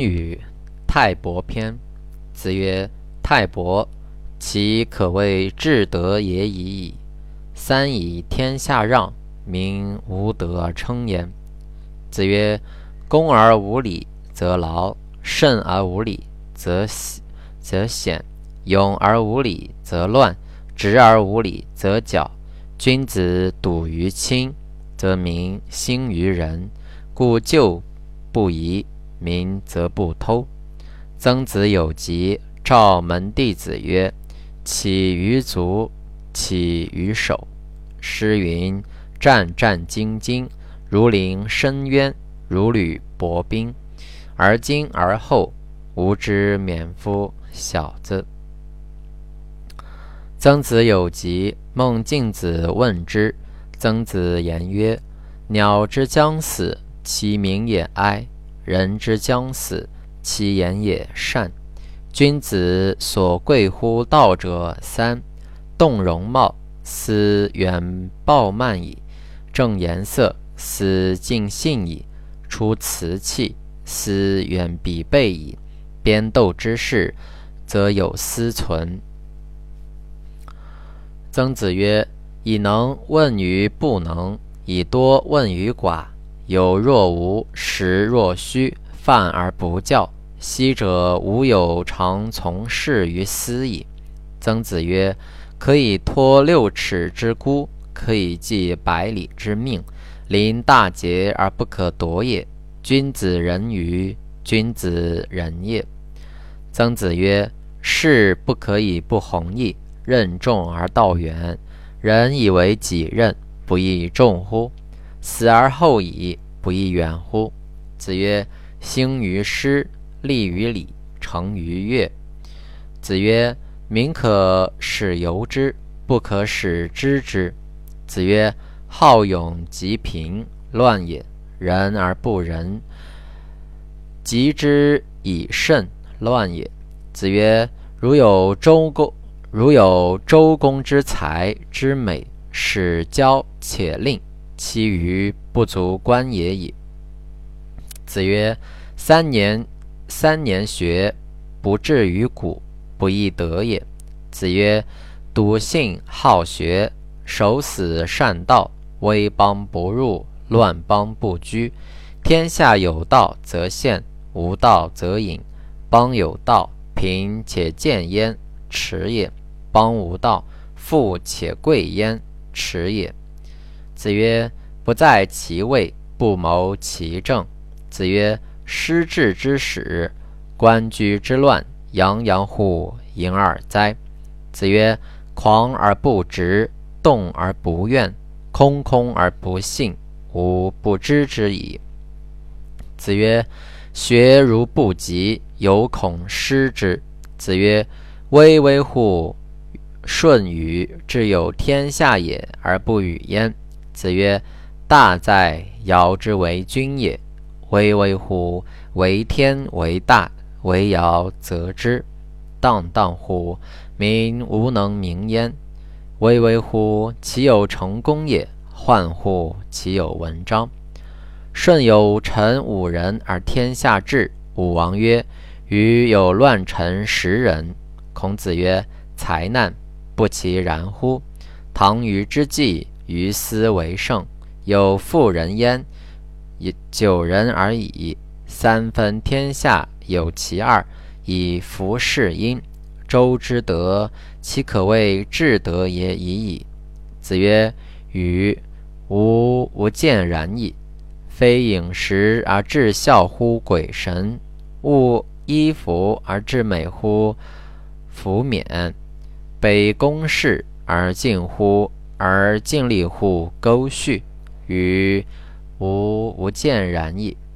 语泰伯篇。子曰：泰伯，其可谓至德也已矣。三以天下让，民无德而称焉。子曰：恭而无礼，则劳；慎而无礼，则险；勇而无礼，则乱；直而无礼，则绞。君子笃于亲，则民兴于仁。故旧不移，民则不偷。曾子有疾，召门弟子曰：起于足，起于手。诗云：战战兢兢，如临深渊，如履薄冰。而今而后，吾之免夫小子。曾子有疾，孟敬子问之。曾子言曰：鸟之将死，其鸣也哀；人之将死，其言也善。君子所贵乎道者三：动容貌，斯远暴慢矣；正颜色，斯尽信矣；出辞器，斯远必备矣。边斗之事，则有司存。曾子曰：以能问于不能，以多问于寡。有若无，实若虚，犯而不教。昔者吾有常从事于斯矣。曾子曰：可以托6尺之孤，可以寄100里之命，临大节而不可夺也。君子仁于君子仁也。曾子曰：事不可以不弘毅，任重而道远。人以为己任，不亦重乎？死而后已，不亦远乎？子曰：兴于诗，立于礼，成于乐。子曰：民可使由之，不可使知之。子曰：好勇及贫，乱也；仁而不仁，及之以慎，乱也。子曰：如有周公之才之美，使骄且吝，其余不足观也已。子曰：三年学，不至于古，不亦得也。子曰：笃信好学，守死善道，威邦不入，乱邦不居。天下有道则现，无道则隐。邦有道，贫且贱焉，耻也；邦无道，富且贵焉，耻也。子曰：不在其位，不谋其政。子曰：失志之始，官居之乱，洋洋乎盈耳哉！子曰：狂而不直，动而不怨，空空而不信，吾不知之矣。子曰：学如不及，犹恐失之。子曰：巍巍乎舜禹，至有天下也，而不与焉。子曰：大哉，尧之为君也！巍巍乎，为天为大，为尧则之。荡荡乎，民无能名焉。巍巍乎，其有成功也！焕乎，其有文章。舜有臣5人而天下治。武王曰：余有乱臣10人。孔子曰：才难，不其然乎？唐虞之际，于斯为盛，有妇人焉，9人而已。3分天下，有其2，以服事殷。周之德，其可谓至德也已矣。子曰：予吾见然矣。非饮食而致孝乎鬼神，勿衣服而致美乎服冕。卑公事而尽力乎沟绪，予吾见然矣。